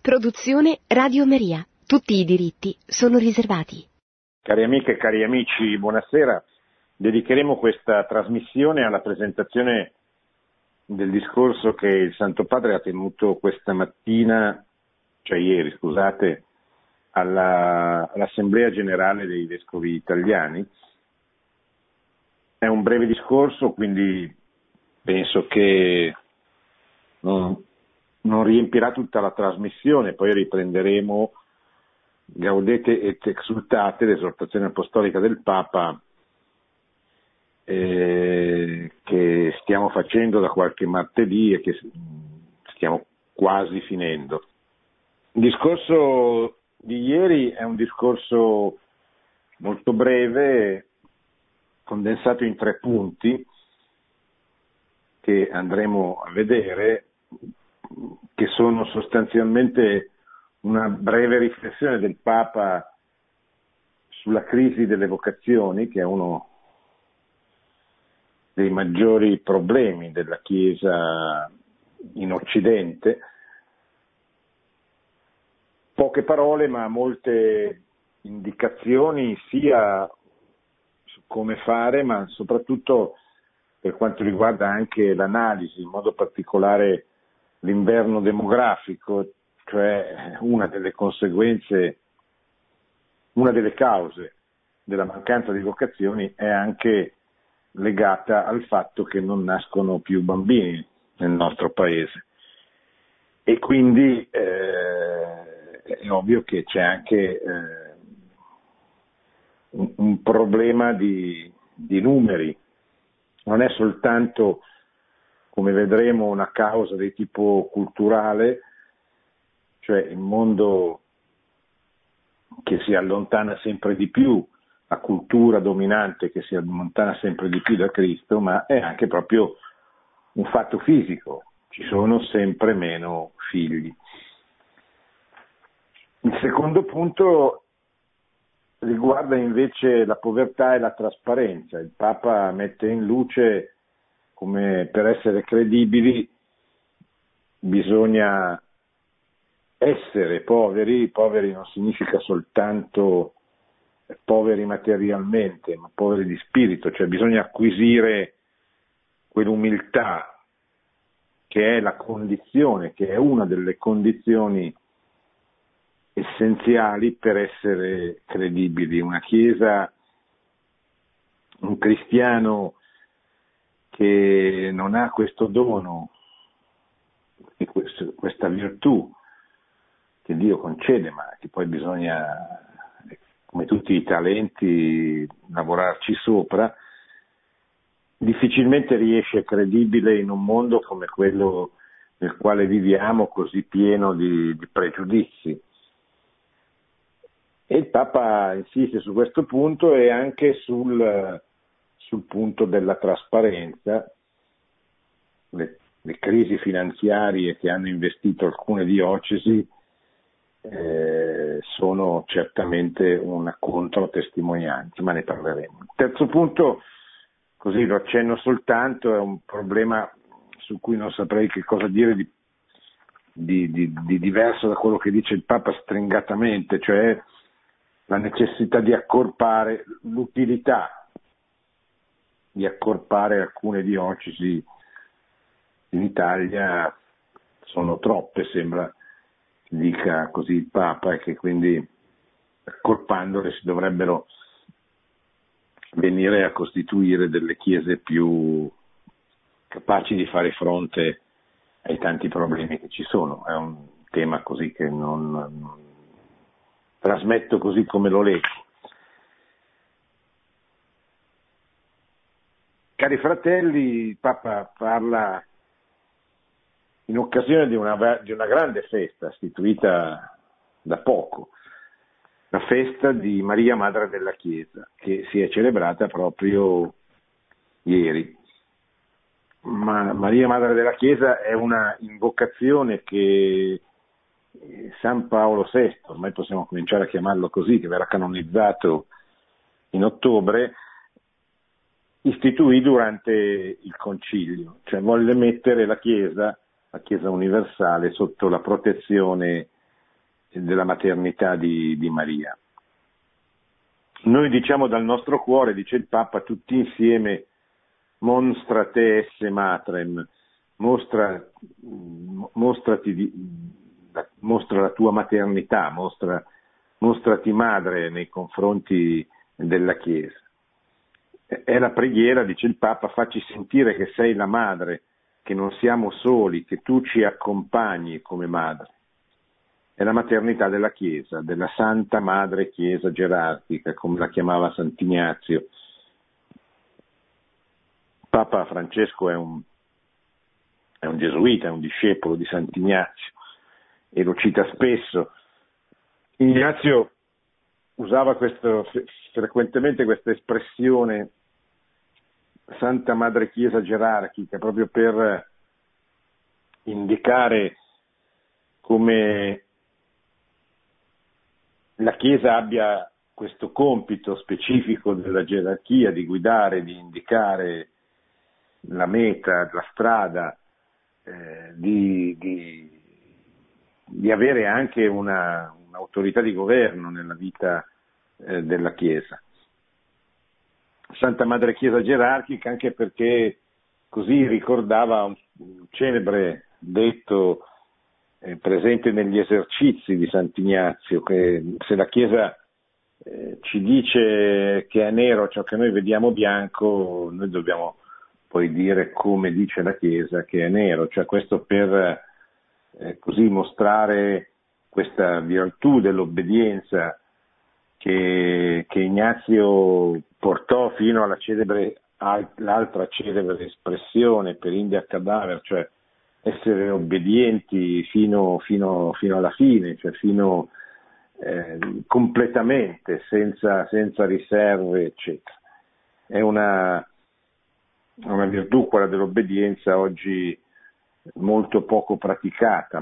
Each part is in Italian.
Produzione Radio Maria. Tutti i diritti sono riservati. Cari amiche e cari amici, buonasera. Dedicheremo questa trasmissione alla presentazione del discorso che il Santo Padre ha tenuto questa mattina, cioè ieri, scusate, all'Assemblea Generale dei Vescovi Italiani. È un breve discorso, quindi penso che non riempirà tutta la trasmissione, poi riprenderemo Gaudete et Exsultate, l'esortazione apostolica del Papa, che stiamo facendo da qualche martedì e che stiamo quasi finendo. Il discorso di ieri è un discorso molto breve, condensato in 3 punti che andremo a vedere, che sono sostanzialmente una breve riflessione del Papa sulla crisi delle vocazioni, che è uno dei maggiori problemi della Chiesa in Occidente. Poche parole, ma molte indicazioni sia su come fare, ma soprattutto per quanto riguarda anche l'analisi, in modo particolare l'inverno demografico, cioè una delle conseguenze, una delle cause della mancanza di vocazioni è anche legata al fatto che non nascono più bambini nel nostro paese. E quindi è ovvio che c'è anche un problema di numeri. Non è soltanto, come vedremo, una causa di tipo culturale, cioè il mondo che si allontana sempre di più, la cultura dominante che si allontana sempre di più da Cristo, ma è anche proprio un fatto fisico, ci sono sempre meno figli. Il secondo punto riguarda invece la povertà e la trasparenza. Il Papa mette in luce come per essere credibili bisogna essere poveri. Poveri non significa soltanto poveri materialmente, ma poveri di spirito, cioè bisogna acquisire quell'umiltà che è la condizione, che è una delle condizioni essenziali per essere credibili. Una Chiesa, un cristiano che non ha questo dono e questa virtù che Dio concede, ma che poi bisogna, come tutti i talenti, lavorarci sopra, difficilmente riesce credibile in un mondo come quello nel quale viviamo, così pieno di pregiudizi. E il Papa insiste su questo punto e anche sul punto della trasparenza. Le crisi finanziarie che hanno investito alcune diocesi sono certamente una controtestimonianza, ma ne parleremo. Il terzo punto, così lo accenno soltanto, è un problema su cui non saprei che cosa dire di diverso da quello che dice il Papa stringatamente, cioè la necessità di accorpare, l'utilità di accorpare alcune diocesi in Italia. Sono troppe, sembra dica così il Papa, e che quindi accorpandole si dovrebbero venire a costituire delle chiese più capaci di fare fronte ai tanti problemi che ci sono. È un tema così che non trasmetto così come lo leggo. Cari fratelli, il Papa parla in occasione di una grande festa istituita da poco, la festa di Maria Madre della Chiesa, che si è celebrata proprio ieri. Ma Maria Madre della Chiesa è una invocazione che San Paolo VI, ormai possiamo cominciare a chiamarlo così, che verrà canonizzato in ottobre, istituì durante il concilio, cioè volle mettere la Chiesa universale sotto la protezione della maternità di Maria. Noi diciamo dal nostro cuore, dice il Papa, tutti insieme, monstra te esse matrem, mostra la tua maternità, mostrati madre nei confronti della Chiesa. È la preghiera, dice il Papa, facci sentire che sei la madre, che non siamo soli, che tu ci accompagni come madre. È la maternità della Chiesa, della Santa Madre Chiesa gerarchica, come la chiamava Sant'Ignazio. Papa Francesco è un gesuita, è un discepolo di Sant'Ignazio e lo cita spesso. Ignazio usava frequentemente questa espressione Santa Madre Chiesa gerarchica proprio per indicare come la Chiesa abbia questo compito specifico della gerarchia di guidare, di indicare la meta, la strada, di avere anche un'autorità di governo nella vita della Chiesa. Santa Madre Chiesa gerarchica anche perché così ricordava un celebre detto presente negli esercizi di Sant'Ignazio, che se la Chiesa ci dice che è nero ciò che noi vediamo bianco, noi dobbiamo poi dire come dice la Chiesa che è nero, cioè questo per così mostrare questa virtù dell'obbedienza che Ignazio portò fino all'altra celebre espressione per India Cadaver, cioè essere obbedienti fino alla fine, cioè fino completamente, senza riserve, eccetera. È una virtù, quella dell'obbedienza, oggi molto poco praticata,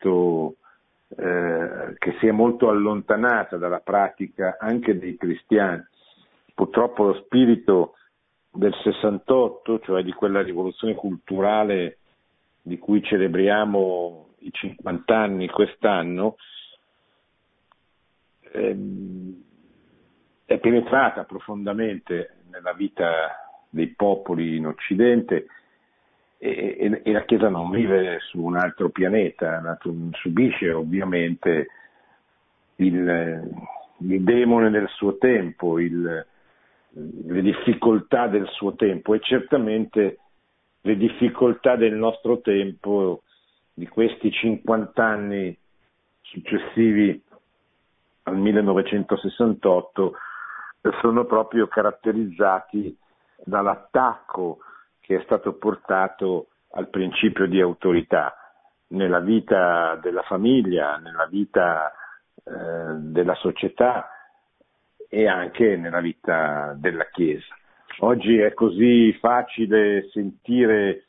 che si è molto allontanata dalla pratica anche dei cristiani. Purtroppo lo spirito del 68, cioè di quella rivoluzione culturale di cui celebriamo i 50 anni quest'anno, è penetrata profondamente nella vita dei popoli in Occidente e la Chiesa non vive su un altro pianeta, subisce ovviamente il demone del suo tempo, le difficoltà del suo tempo e certamente le difficoltà del nostro tempo, di questi 50 anni successivi al 1968, sono proprio caratterizzati dall'attacco che è stato portato al principio di autorità nella vita della famiglia, nella vita della società e anche nella vita della Chiesa. Oggi è così facile sentire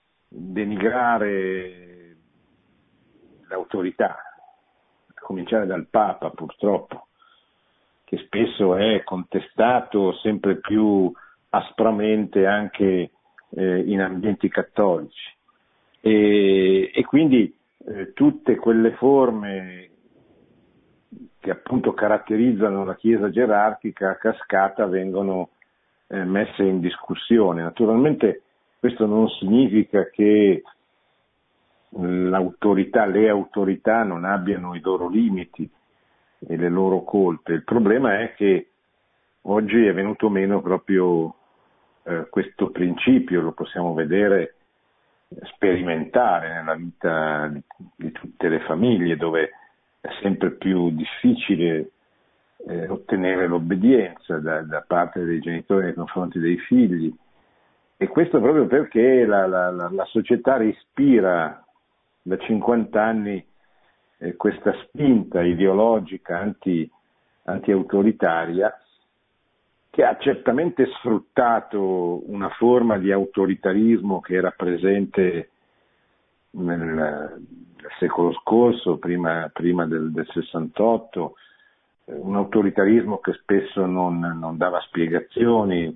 denigrare l'autorità, a cominciare dal Papa purtroppo, che spesso è contestato sempre più aspramente anche in ambienti cattolici e quindi tutte quelle forme che appunto caratterizzano la Chiesa gerarchica a cascata vengono messe in discussione. Naturalmente questo non significa che le autorità non abbiano i loro limiti e le loro colpe. Il problema è che oggi è venuto meno proprio questo principio, lo possiamo vedere, sperimentare nella vita di tutte le famiglie, dove è sempre più difficile ottenere l'obbedienza da parte dei genitori nei confronti dei figli, e questo proprio perché la società respira da 50 anni questa spinta ideologica anti-autoritaria, che ha certamente sfruttato una forma di autoritarismo che era presente nel secolo scorso, prima del 68, un autoritarismo che spesso non dava spiegazioni,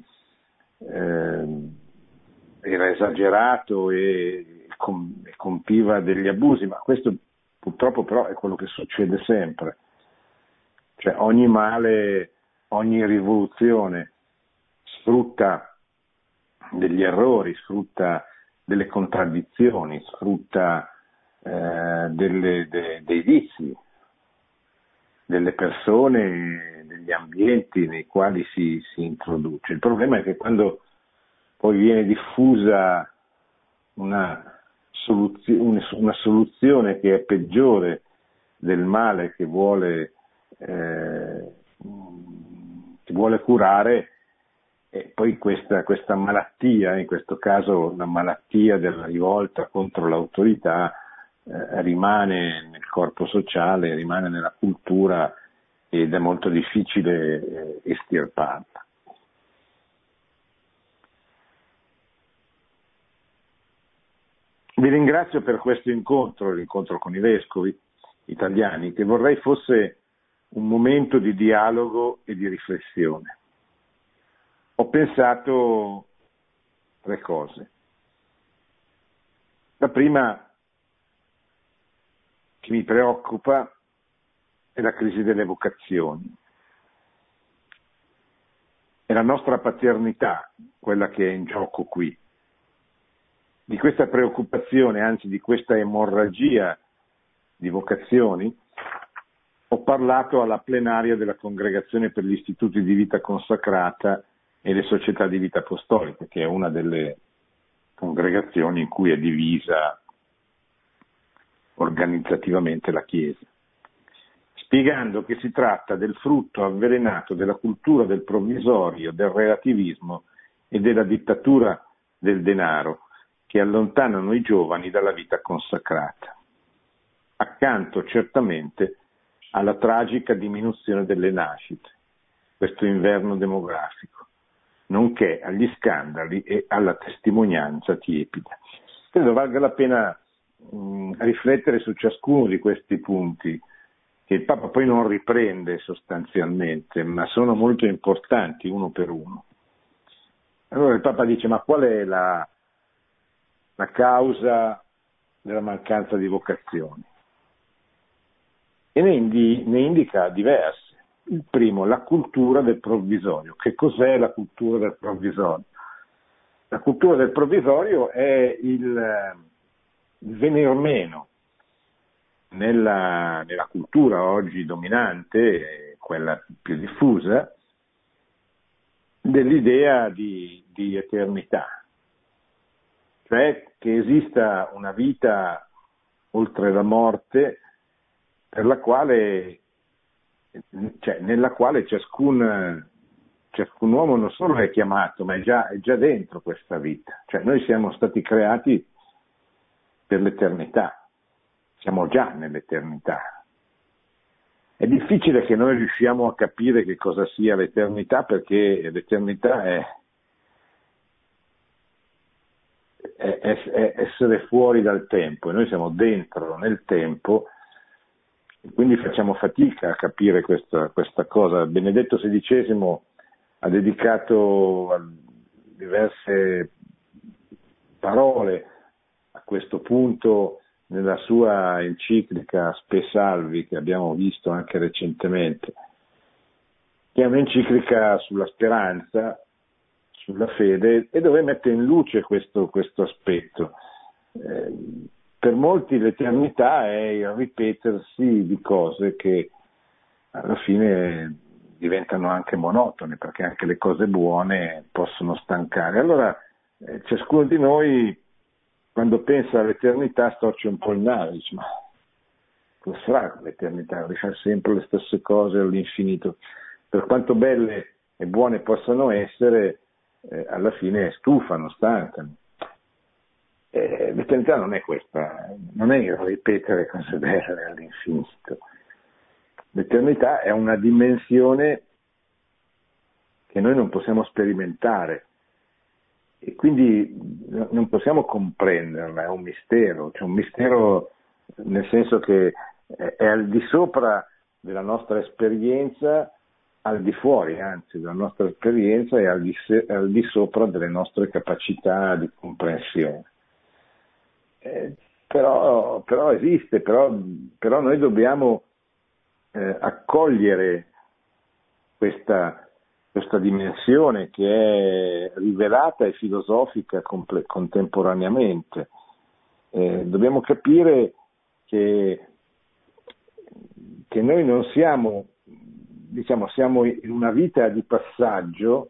era esagerato e compiva degli abusi, ma questo Purtroppo però è quello che succede sempre. Cioè ogni male, ogni rivoluzione sfrutta degli errori, sfrutta delle contraddizioni, sfrutta dei vizi delle persone, degli ambienti nei quali si introduce. Il problema è che quando poi viene diffusa una soluzione che è peggiore del male che vuole curare, e poi questa malattia, in questo caso la malattia della rivolta contro l'autorità, rimane nel corpo sociale, rimane nella cultura ed è molto difficile estirparla. Vi ringrazio per questo incontro, l'incontro con i vescovi italiani, che vorrei fosse un momento di dialogo e di riflessione. Ho pensato 3 cose. La prima che mi preoccupa è la crisi delle vocazioni. È la nostra paternità quella che è in gioco qui. Di questa preoccupazione, anzi di questa emorragia di vocazioni, ho parlato alla plenaria della Congregazione per gli Istituti di Vita Consacrata e le Società di Vita Apostolica, che è una delle congregazioni in cui è divisa organizzativamente la Chiesa, spiegando che si tratta del frutto avvelenato della cultura del provvisorio, del relativismo e della dittatura del denaro, che allontanano i giovani dalla vita consacrata, accanto certamente alla tragica diminuzione delle nascite, questo inverno demografico, nonché agli scandali e alla testimonianza tiepida. Credo valga la pena riflettere su ciascuno di questi punti, che il Papa poi non riprende sostanzialmente, ma sono molto importanti uno per uno. Allora il Papa dice: ma qual è la causa della mancanza di vocazioni? E ne indica diverse. Il primo, la cultura del provvisorio. Che cos'è la cultura del provvisorio? La cultura del provvisorio è il venir meno nella cultura oggi dominante, quella più diffusa, dell'idea di eternità. Cioè che esista una vita oltre la morte nella quale ciascun uomo non solo è chiamato, ma è già dentro questa vita. Cioè noi siamo stati creati per l'eternità, siamo già nell'eternità. È difficile che noi riusciamo a capire che cosa sia l'eternità, perché l'eternità è essere fuori dal tempo e noi siamo dentro nel tempo, e quindi facciamo fatica a capire questa cosa. Benedetto XVI ha dedicato diverse parole a questo punto nella sua enciclica Spe Salvi, che abbiamo visto anche recentemente, che è un'enciclica sulla speranza, sulla fede, e dove mette in luce questo aspetto. Per molti l'eternità è il ripetersi di cose che alla fine diventano anche monotone, perché anche le cose buone possono stancare. Allora ciascuno di noi, quando pensa all'eternità, storce un po' il naso, dice: ma cosa sarà l'eternità? Rifare sempre le stesse cose all'infinito. Per quanto belle e buone possano essere, alla fine stufano, stancano. L'eternità non è questa, non è il ripetere cose belle all'infinito. L'eternità è una dimensione che noi non possiamo sperimentare e quindi non possiamo comprenderla, è un mistero, cioè un mistero nel senso che è al di sopra della nostra esperienza, al di fuori anzi della nostra esperienza e al di sopra delle nostre capacità di comprensione. però esiste, però noi dobbiamo accogliere questa dimensione che è rivelata e filosofica contemporaneamente. Dobbiamo capire che noi non siamo, siamo in una vita di passaggio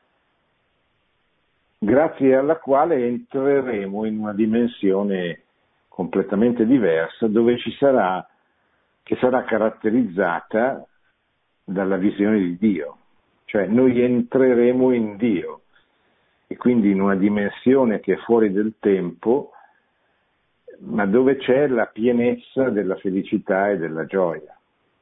grazie alla quale entreremo in una dimensione completamente diversa, dove che sarà caratterizzata dalla visione di Dio. Cioè noi entreremo in Dio e quindi in una dimensione che è fuori del tempo, ma dove c'è la pienezza della felicità e della gioia.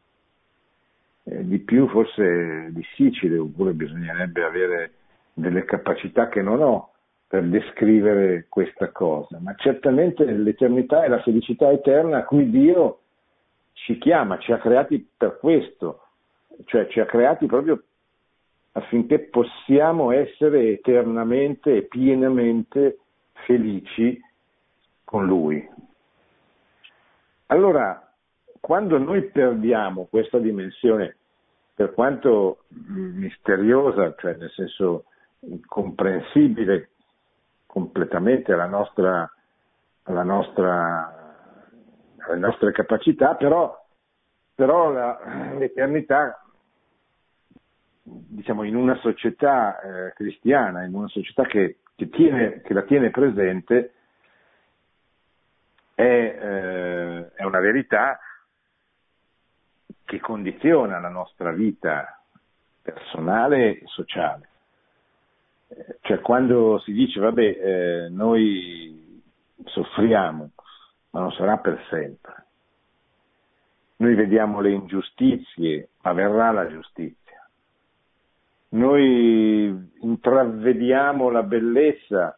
Di più forse è difficile, oppure bisognerebbe avere delle capacità che non ho per descrivere questa cosa, ma certamente l'eternità e la felicità eterna a cui Dio ci chiama, ci ha creati per questo, cioè ci ha creati proprio affinché possiamo essere eternamente e pienamente felici con Lui. Allora, quando noi perdiamo questa dimensione, per quanto misteriosa, cioè nel senso incomprensibile completamente alle nostre capacità, però l'eternità, in una società cristiana, in una società che la tiene presente, è una verità che condiziona la nostra vita personale e sociale. Cioè quando si dice noi soffriamo, ma non sarà per sempre. Noi vediamo le ingiustizie, ma verrà la giustizia. Noi intravediamo la bellezza,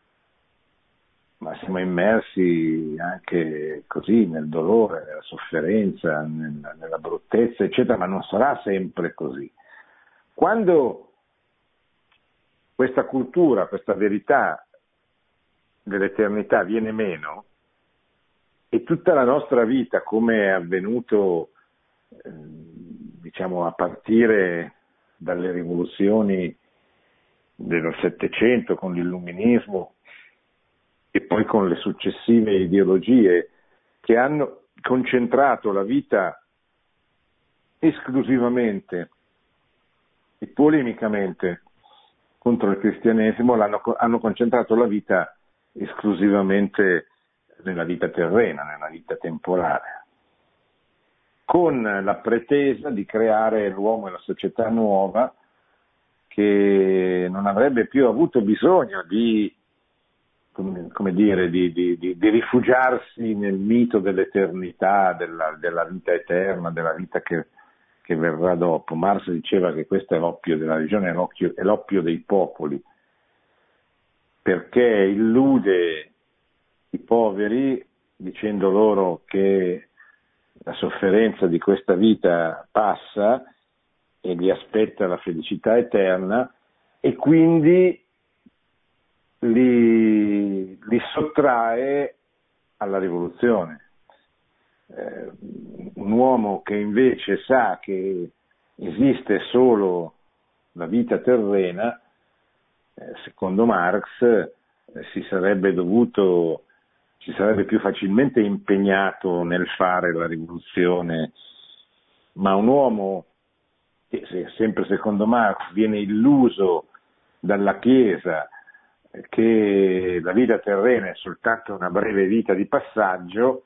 ma siamo immersi anche così nel dolore, nella sofferenza, nella bruttezza, eccetera, ma non sarà sempre così. Quando questa cultura, questa verità dell'eternità viene meno, e tutta la nostra vita, come è avvenuto a partire dalle rivoluzioni del Settecento con l'illuminismo e poi con le successive ideologie che hanno concentrato la vita esclusivamente e polemicamente contro il cristianesimo, hanno concentrato la vita esclusivamente nella vita terrena, nella vita temporale, con la pretesa di creare l'uomo e la società nuova che non avrebbe più avuto bisogno di rifugiarsi nel mito dell'eternità, della vita eterna, della vita che verrà dopo. Marx diceva che questo è l'oppio della religione, è l'oppio dei popoli, perché illude i poveri dicendo loro che la sofferenza di questa vita passa e li aspetta la felicità eterna, e quindi li sottrae alla rivoluzione. Un uomo che invece sa che esiste solo la vita terrena, secondo Marx, si sarebbe più facilmente impegnato nel fare la rivoluzione, ma un uomo che, sempre secondo Marx, viene illuso dalla Chiesa che la vita terrena è soltanto una breve vita di passaggio,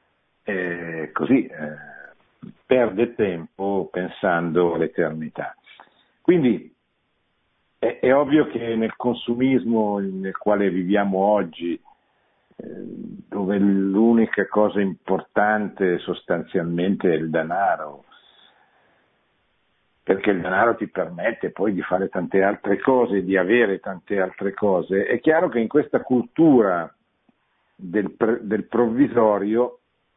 perde tempo pensando all'eternità. Quindi è ovvio che nel consumismo nel quale viviamo oggi, dove l'unica cosa importante sostanzialmente è il denaro, perché il denaro ti permette poi di fare tante altre cose, di avere tante altre cose, è chiaro che in questa cultura del provvisorio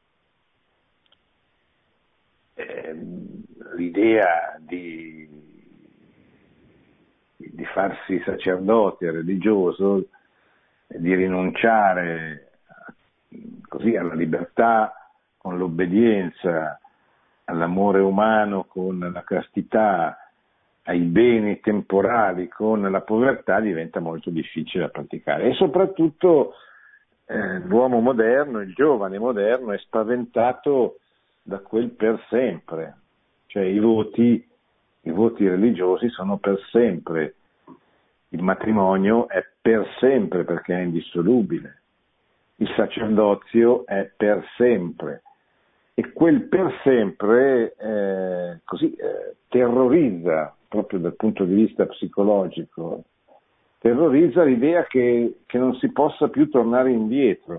l'idea di farsi sacerdote religioso, di rinunciare così alla libertà con l'obbedienza, all'amore umano con la castità, ai beni temporali con la povertà, diventa molto difficile da praticare. E soprattutto l'uomo moderno, il giovane moderno, è spaventato da quel per sempre, cioè i voti religiosi sono per sempre, il matrimonio è per sempre perché è indissolubile, il sacerdozio è per sempre, e quel per sempre terrorizza, proprio dal punto di vista psicologico, terrorizza l'idea che non si possa più tornare indietro.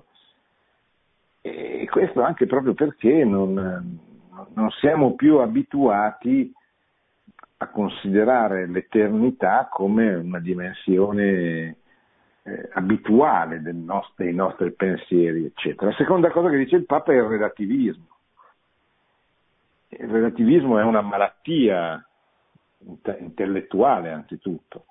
E questo anche proprio perché non siamo più abituati a considerare l'eternità come una dimensione abituale dei nostri pensieri, eccetera. La seconda cosa che dice il Papa è il relativismo. Il relativismo è una malattia intellettuale anzitutto,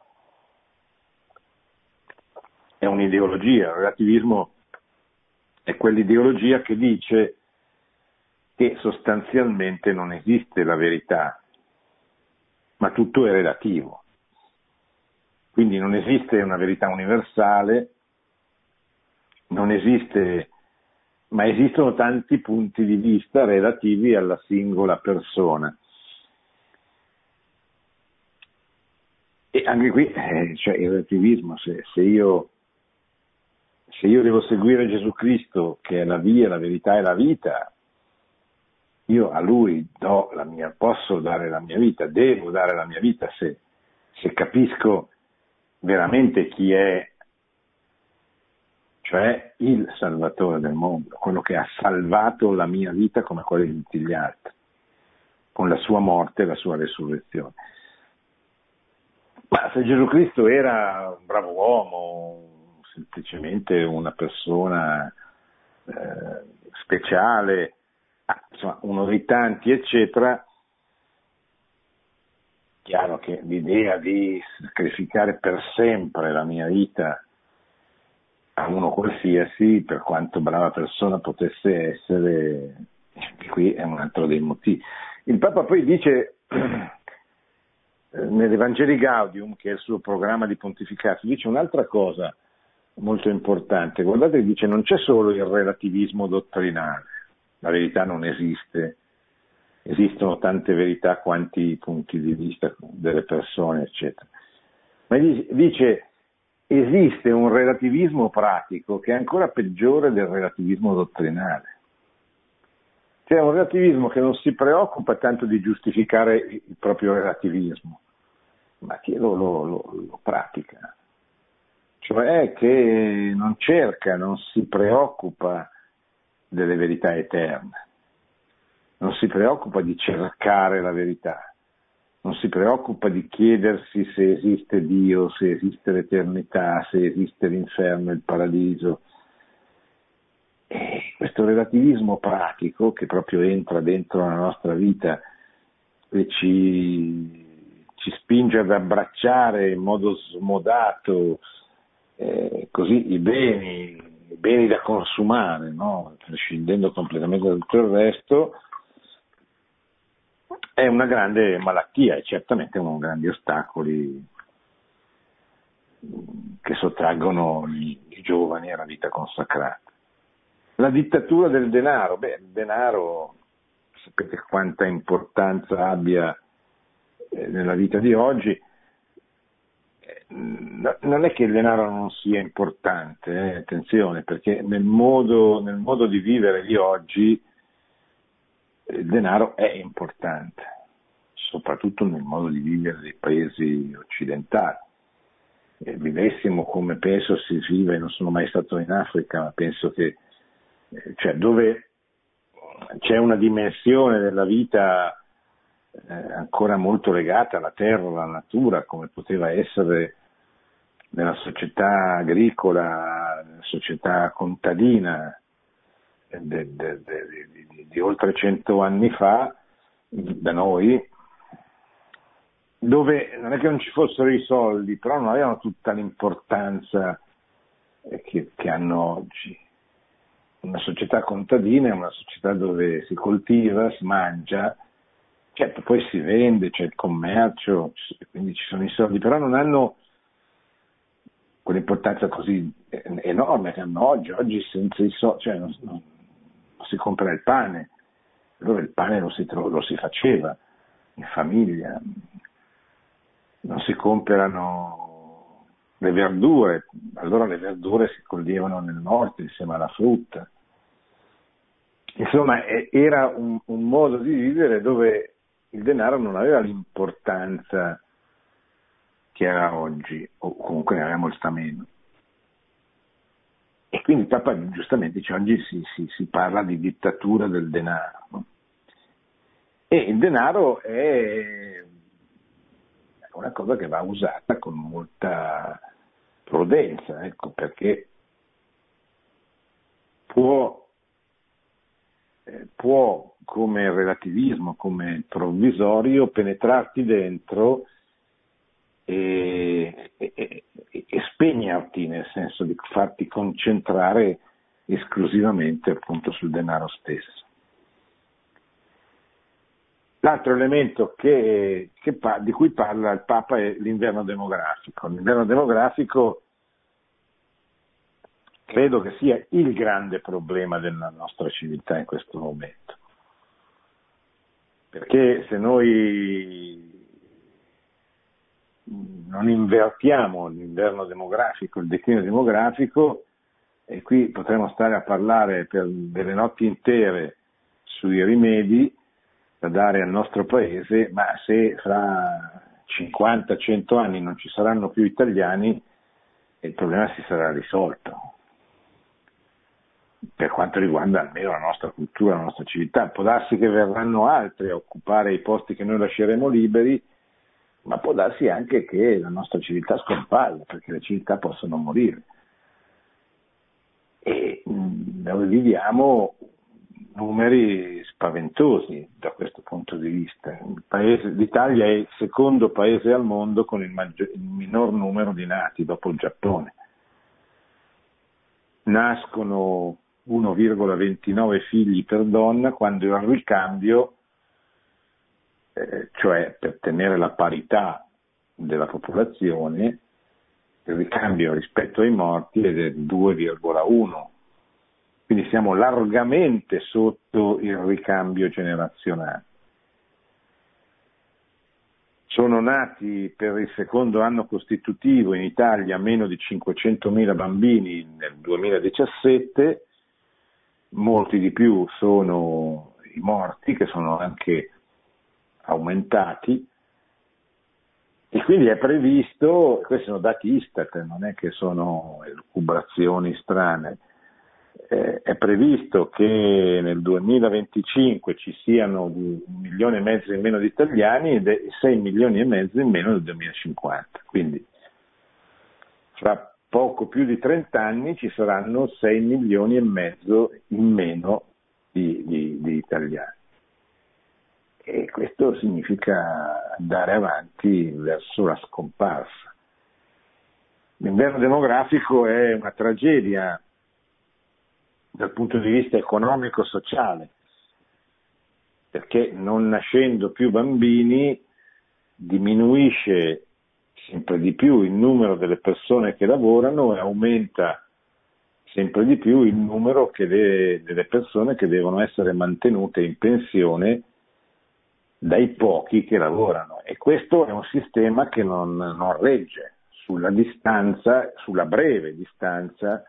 è un'ideologia. Il relativismo è quell'ideologia che dice che sostanzialmente non esiste la verità, ma tutto è relativo. Quindi non esiste una verità universale, ma esistono tanti punti di vista relativi alla singola persona. E anche qui, cioè il relativismo, se io devo seguire Gesù Cristo, che è la via, la verità e la vita, io a Lui posso dare la mia vita, devo dare la mia vita se capisco veramente chi è, cioè il Salvatore del mondo, quello che ha salvato la mia vita come quella di tutti gli altri, con la sua morte e la sua resurrezione. Ma se Gesù Cristo era un bravo uomo, semplicemente una persona speciale, insomma, uno dei tanti, eccetera, chiaro che l'idea di sacrificare per sempre la mia vita a uno qualsiasi, per quanto brava persona potesse essere, qui è un altro dei motivi. Il Papa poi dice nell'Evangelii Gaudium, che è il suo programma di pontificato, dice un'altra cosa molto importante. Guardate, dice non c'è solo il relativismo dottrinale, la verità non esiste, esistono tante verità quanti punti di vista delle persone, eccetera. Ma dice esiste un relativismo pratico che è ancora peggiore del relativismo dottrinale. Cioè un relativismo che non si preoccupa tanto di giustificare il proprio relativismo, ma che lo pratica. Cioè che non si preoccupa delle verità eterne, non si preoccupa di cercare la verità, non si preoccupa di chiedersi se esiste Dio, se esiste l'eternità, se esiste l'inferno e il paradiso. E questo relativismo pratico che proprio entra dentro la nostra vita e ci spinge ad abbracciare in modo smodato così i beni da consumare, no? Prescindendo completamente da tutto il resto, è una grande malattia e certamente uno dei grandi ostacoli che sottraggono i giovani alla vita consacrata. La dittatura del denaro, il denaro sapete quanta importanza abbia nella vita di oggi. Non è che il denaro non sia importante, attenzione, perché nel modo di vivere di oggi il denaro è importante, soprattutto nel modo di vivere dei paesi occidentali. Vivessimo come penso si vive, non sono mai stato in Africa, ma penso che cioè dove c'è una dimensione della vita ancora molto legata alla terra, alla natura, come poteva essere nella società agricola, nella società contadina di oltre 100 anni fa, da noi, dove non è che non ci fossero i soldi, però non avevano tutta l'importanza che hanno oggi. una società contadina è una società dove si coltiva, si mangia, certo poi si vende, c'è il commercio, quindi ci sono i soldi, però non hanno quell'importanza così enorme che hanno oggi. Oggi senza i soldi, cioè non si compra il pane, allora il pane lo si faceva in famiglia, non si comprano le verdure, allora le verdure si coltivano nel nord insieme alla frutta. Insomma, era un modo di vivere dove il denaro non aveva l'importanza che ha oggi, o comunque ne aveva molta meno. E quindi Papa giustamente dice oggi si parla di dittatura del denaro. No? E il denaro è una cosa che va usata con molta prudenza, ecco, perché può come relativismo, come provvisorio, penetrarti dentro e spegnerti, nel senso di farti concentrare esclusivamente appunto sul denaro stesso. L'altro elemento di cui parla il Papa è l'inverno demografico. L'inverno demografico credo che sia il grande problema della nostra civiltà in questo momento. Perché se noi non invertiamo l'inverno demografico, il declino demografico, e qui potremo stare a parlare per delle notti intere sui rimedi da dare al nostro paese, ma se fra 50-100 anni non ci saranno più italiani, il problema si sarà risolto. Per quanto riguarda almeno la nostra cultura, la nostra civiltà, può darsi che verranno altri a occupare i posti che noi lasceremo liberi, ma può darsi anche che la nostra civiltà scompaia, perché le civiltà possono morire. E noi viviamo numeri spaventosi da questo punto di vista. L'Italia è il secondo paese al mondo con il minor numero di nati dopo il Giappone. Nascono 1,29 figli per donna, quando il ricambio, cioè per tenere la parità della popolazione, il ricambio rispetto ai morti è del 2,1. Quindi siamo largamente sotto il ricambio generazionale. Sono nati per il secondo anno costitutivo in Italia meno di 500.000 bambini nel 2017, molti di più sono i morti, che sono anche aumentati, e quindi è previsto, questi sono dati Istat, non è che sono elucubrazioni strane, è previsto che nel 2025 ci siano 1,5 milioni in meno di italiani e 6 milioni e mezzo in meno nel 2050. Quindi fra poco più di 30 anni ci saranno 6 milioni e mezzo in meno di italiani. E questo significa andare avanti verso la scomparsa. L'inverno demografico è una tragedia dal punto di vista economico-sociale, perché non nascendo più bambini diminuisce sempre di più il numero delle persone che lavorano e aumenta sempre di più il numero delle persone che devono essere mantenute in pensione dai pochi che lavorano, e questo è un sistema che non regge sulla distanza, sulla breve distanza,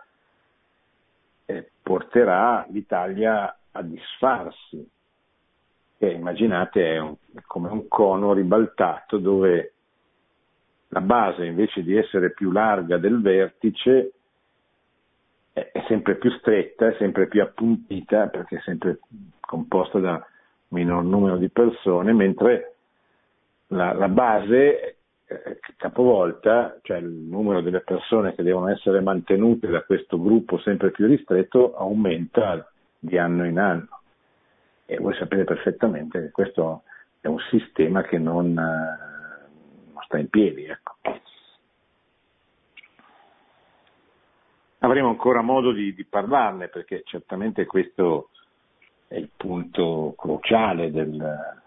porterà l'Italia a disfarsi, che immaginate è come un cono ribaltato dove la base invece di essere più larga del vertice è sempre più stretta, è sempre più appuntita, perché è sempre composta da minor numero di persone, mentre la base capovolta, cioè il numero delle persone che devono essere mantenute da questo gruppo sempre più ristretto, aumenta di anno in anno. E voi sapete perfettamente che questo è un sistema che non sta in piedi. Ecco. avremo ancora modo di parlarne, perché certamente questo è il punto cruciale del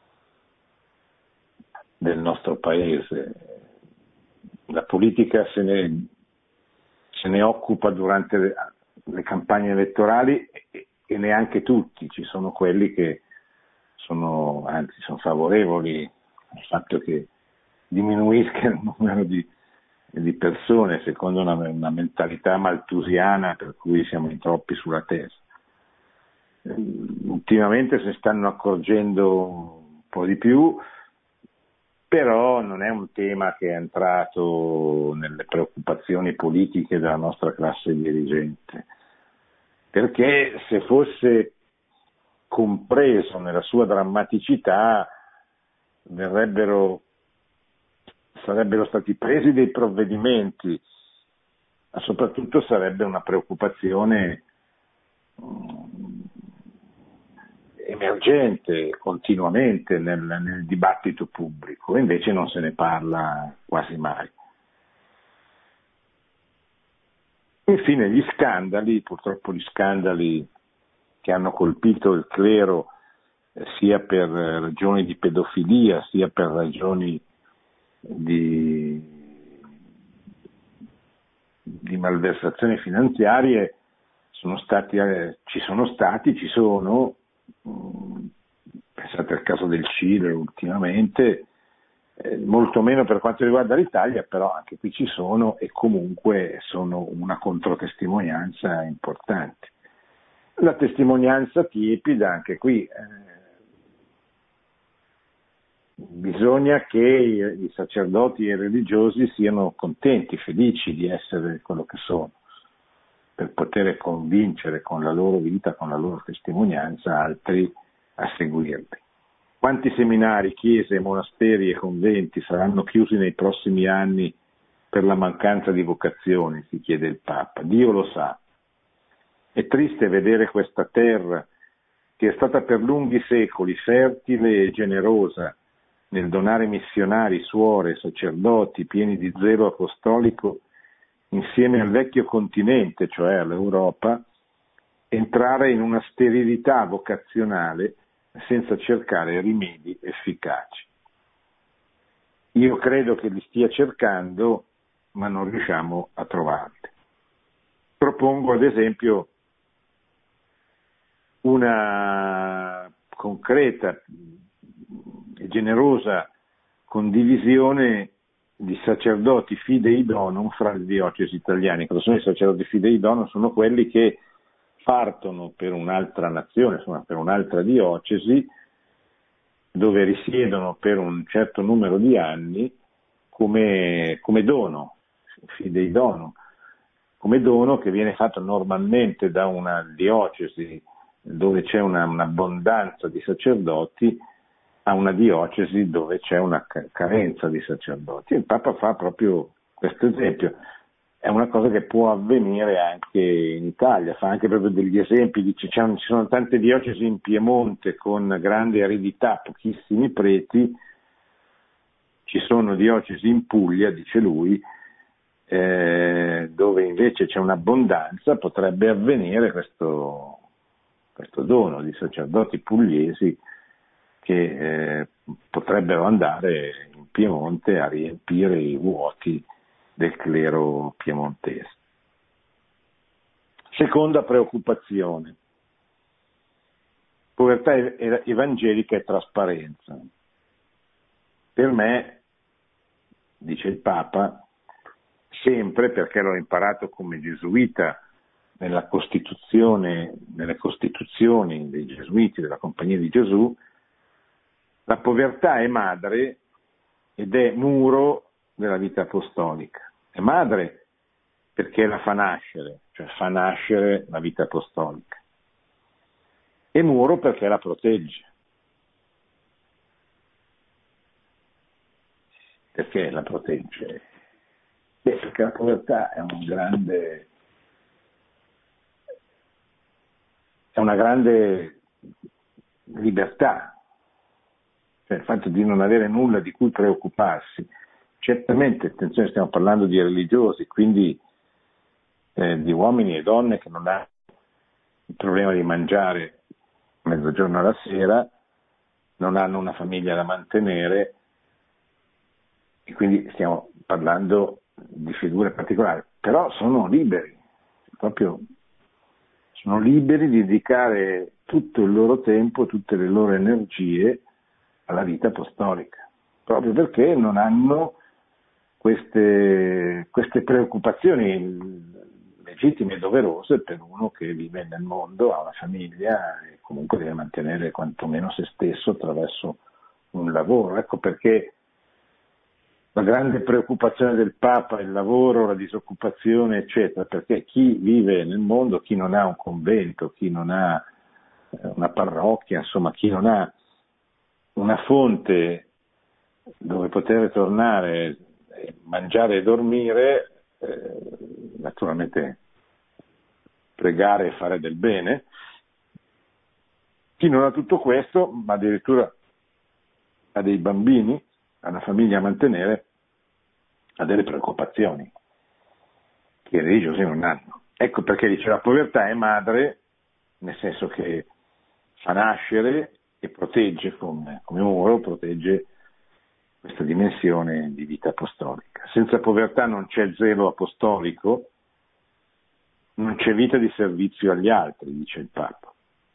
nostro paese. La politica se ne occupa durante le campagne elettorali e neanche tutti, ci sono quelli che sono favorevoli al fatto che diminuisca il numero di persone secondo una mentalità malthusiana per cui siamo in troppi sulla testa. Ultimamente se stanno accorgendo un po' di più, però non è un tema che è entrato nelle preoccupazioni politiche della nostra classe dirigente, perché se fosse compreso nella sua drammaticità sarebbero stati presi dei provvedimenti, ma soprattutto sarebbe una preoccupazione emergente continuamente nel dibattito pubblico, e invece non se ne parla quasi mai. Infine gli scandali, purtroppo gli scandali che hanno colpito il clero sia per ragioni di pedofilia sia per ragioni di malversazioni finanziarie ci sono, pensate al caso del Cile ultimamente, molto meno per quanto riguarda l'Italia, però anche qui ci sono e comunque sono una controtestimonianza importante. La testimonianza tiepida, anche qui, bisogna che i sacerdoti e i religiosi siano contenti, felici di essere quello che sono, per poter convincere con la loro vita, con la loro testimonianza, altri a seguirli. Quanti seminari, chiese, monasteri e conventi saranno chiusi nei prossimi anni per la mancanza di vocazioni, si chiede il Papa. Dio lo sa. È triste vedere questa terra, che è stata per lunghi secoli fertile e generosa nel donare missionari, suore, sacerdoti pieni di zelo apostolico, insieme al vecchio continente, cioè all'Europa, entrare in una sterilità vocazionale senza cercare rimedi efficaci. Io credo che li stia cercando, ma non riusciamo a trovarli. Propongo ad esempio una concreta e generosa condivisione di sacerdoti fidei donum fra le diocesi italiane. Cosa sono i sacerdoti fidei donum? Sono quelli che partono per un'altra nazione, insomma per un'altra diocesi, dove risiedono per un certo numero di anni come dono, fidei donum, come dono che viene fatto normalmente da una diocesi dove c'è un'abbondanza di sacerdoti a una diocesi dove c'è una carenza di sacerdoti. Il Papa fa proprio questo esempio. È una cosa che può avvenire anche in Italia, fa anche proprio degli esempi, dice ci sono tante diocesi in Piemonte con grande aridità, pochissimi preti, ci sono diocesi in Puglia, dice lui, dove invece c'è un'abbondanza, potrebbe avvenire questo dono di sacerdoti pugliesi che potrebbero andare in Piemonte a riempire i vuoti del clero piemontese. Seconda preoccupazione: povertà evangelica e trasparenza. Per me, dice il Papa, sempre, perché l'ho imparato come gesuita nelle costituzioni dei gesuiti, della Compagnia di Gesù, la povertà è madre ed è muro della vita apostolica. È madre perché la fa nascere, cioè fa nascere la vita apostolica. E muro perché la protegge. Perché la protegge? Perché la povertà è una grande libertà, cioè il fatto di non avere nulla di cui preoccuparsi. Certamente, attenzione, stiamo parlando di religiosi, quindi di uomini e donne che non hanno il problema di mangiare mezzogiorno alla sera, non hanno una famiglia da mantenere, e quindi stiamo parlando di figure particolari, però sono liberi, proprio sono liberi di dedicare tutto il loro tempo, tutte le loro energie alla vita apostolica, proprio perché non hanno queste preoccupazioni legittime e doverose per uno che vive nel mondo, ha una famiglia e comunque deve mantenere quantomeno se stesso attraverso un lavoro. Ecco perché la grande preoccupazione del Papa è il lavoro, la disoccupazione, eccetera, perché chi vive nel mondo, chi non ha un convento, chi non ha una parrocchia, insomma, chi non ha una fonte dove poter tornare, mangiare e dormire, naturalmente pregare e fare del bene, chi non ha tutto questo, ma addirittura ha dei bambini, ha una famiglia a mantenere, ha delle preoccupazioni che i religiosi non hanno. Ecco perché dice la povertà è madre, nel senso che fa nascere e protegge come muro, protegge questa dimensione di vita apostolica. Senza povertà non c'è zelo apostolico, non c'è vita di servizio agli altri, dice il Papa.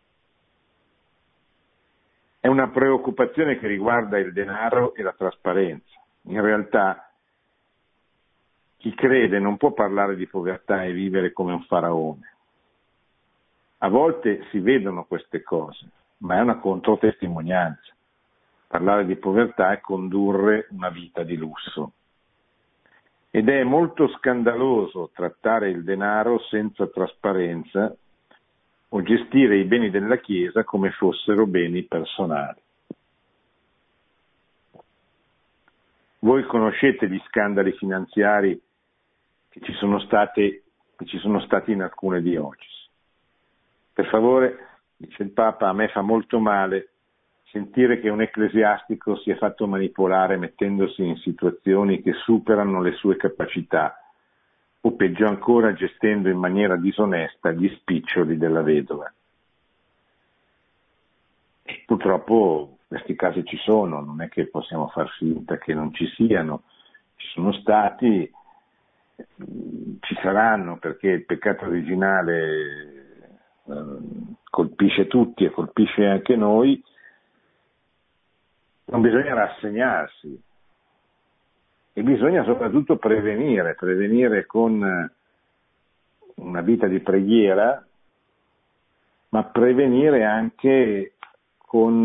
È una preoccupazione che riguarda il denaro e la trasparenza. In realtà chi crede non può parlare di povertà e vivere come un faraone. A volte si vedono queste cose, ma è una controtestimonianza. Parlare di povertà è condurre una vita di lusso. Ed è molto scandaloso trattare il denaro senza trasparenza o gestire i beni della Chiesa come fossero beni personali. Voi conoscete gli scandali finanziari che ci sono stati in alcune diocesi. Per favore, dice il Papa, a me fa molto male sentire che un ecclesiastico sia fatto manipolare mettendosi in situazioni che superano le sue capacità, o peggio ancora gestendo in maniera disonesta gli spiccioli della vedova. E purtroppo questi casi ci sono, non è che possiamo far finta che non ci siano, ci sono stati, ci saranno, perché il peccato originale colpisce tutti e colpisce anche noi. Non bisogna rassegnarsi e bisogna soprattutto prevenire con una vita di preghiera, ma prevenire anche con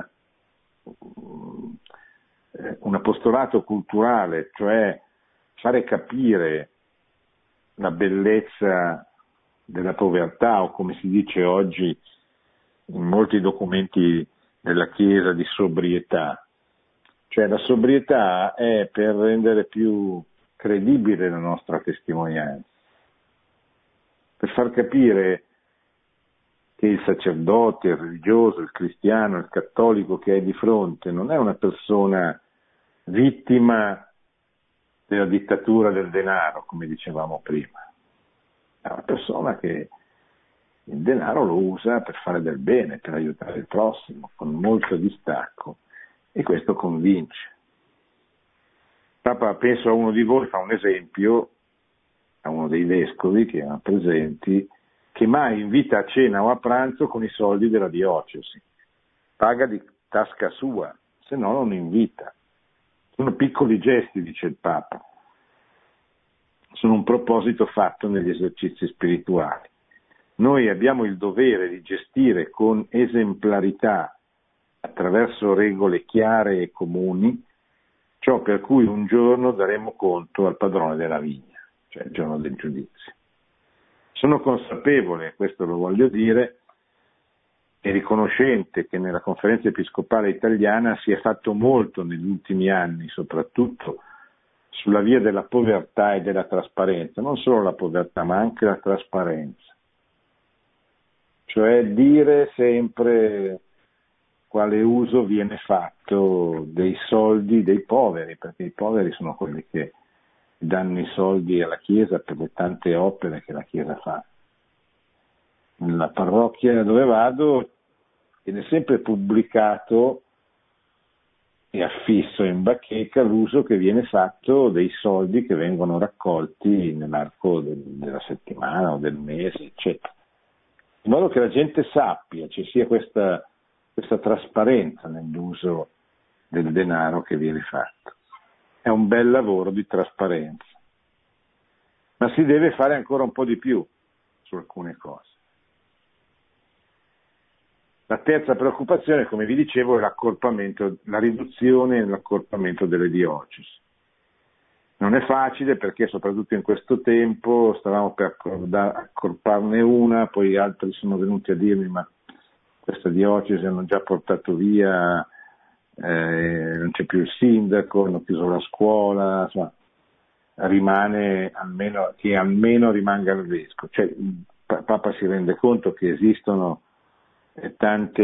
un apostolato culturale, cioè fare capire la bellezza della povertà, o come si dice oggi in molti documenti della Chiesa, di sobrietà. Cioè la sobrietà è per rendere più credibile la nostra testimonianza, per far capire che il sacerdote, il religioso, il cristiano, il cattolico che hai di fronte non è una persona vittima della dittatura del denaro, come dicevamo prima. È una persona che il denaro lo usa per fare del bene, per aiutare il prossimo, con molto distacco, e questo convince. Papa, penso a uno di voi, fa un esempio, a uno dei vescovi che erano presenti, che mai invita a cena o a pranzo con i soldi della diocesi, paga di tasca sua, se no non invita. Sono piccoli gesti, dice il Papa, sono un proposito fatto negli esercizi spirituali. Noi abbiamo il dovere di gestire con esemplarità, attraverso regole chiare e comuni, ciò per cui un giorno daremo conto al padrone della vigna, cioè il giorno del giudizio. Sono consapevole, questo lo voglio dire, e riconoscente che nella Conferenza Episcopale Italiana si è fatto molto negli ultimi anni, soprattutto sulla via della povertà e della trasparenza, non solo la povertà ma anche la trasparenza. Cioè dire sempre quale uso viene fatto dei soldi dei poveri, perché i poveri sono quelli che danno i soldi alla Chiesa per le tante opere che la Chiesa fa. Nella parrocchia dove vado viene sempre pubblicato e affisso in bacheca l'uso che viene fatto dei soldi che vengono raccolti nell'arco della settimana o del mese, eccetera. In modo che la gente sappia, ci sia questa trasparenza nell'uso del denaro che viene fatto. È un bel lavoro di trasparenza, ma si deve fare ancora un po' di più su alcune cose. La terza preoccupazione, come vi dicevo, è l'accorpamento, la riduzione e l'accorpamento delle diocesi. Non è facile perché soprattutto in questo tempo stavamo per accorparne una, poi altri sono venuti a dirmi ma questa diocesi hanno già portato via, non c'è più il sindaco, hanno chiuso la scuola, insomma, rimane almeno rimanga il vescovo. Cioè, il Papa si rende conto che esistono tanti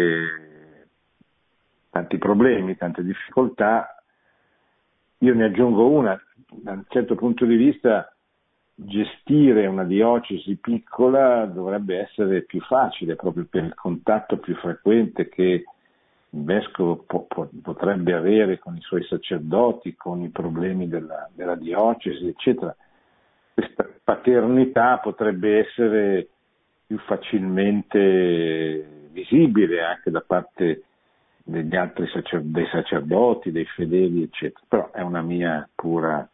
problemi, tante difficoltà. Io ne aggiungo una: da un certo punto di vista gestire una diocesi piccola dovrebbe essere più facile proprio per il contatto più frequente che il vescovo potrebbe avere con i suoi sacerdoti, con i problemi della diocesi, eccetera. Questa paternità potrebbe essere più facilmente visibile anche da parte degli altri dei sacerdoti, dei fedeli, eccetera. Però è una mia pura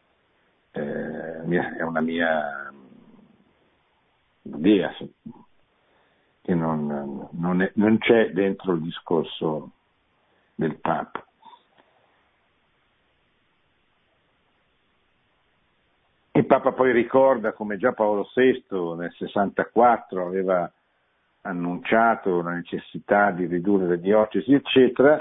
è una mia idea che non c'è dentro il discorso del Papa. Il Papa poi ricorda come già Paolo VI nel 64 aveva annunciato la necessità di ridurre le diocesi, eccetera.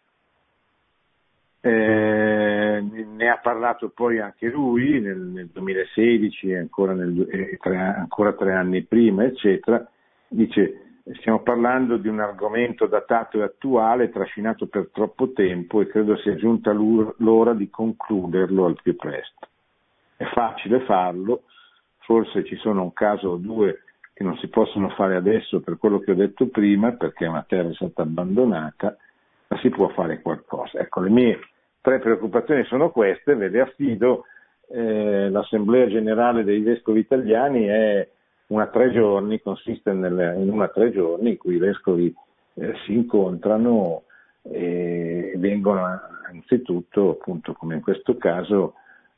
Ne ha parlato poi anche lui nel 2016 e ancora 3 anni prima, eccetera. Dice: stiamo parlando di un argomento datato e attuale, trascinato per troppo tempo, e credo sia giunta l'ora di concluderlo al più presto. È facile farlo, forse ci sono un caso o due che non si possono fare adesso per quello che ho detto prima, perché una terra è stata abbandonata, ma si può fare qualcosa. Ecco, le mie 3 preoccupazioni sono queste. Ve le affido. L'Assemblea Generale dei Vescovi Italiani è una 3 giorni, consiste in una 3 giorni in cui i vescovi si incontrano e vengono anzitutto, appunto come in questo caso,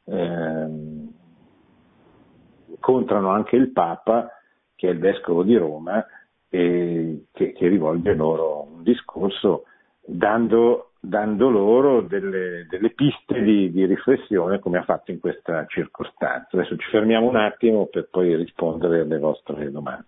incontrano anche il Papa, che è il Vescovo di Roma, e che rivolge loro un discorso dando loro delle piste di riflessione, come ha fatto in questa circostanza. Adesso ci fermiamo un attimo per poi rispondere alle vostre domande.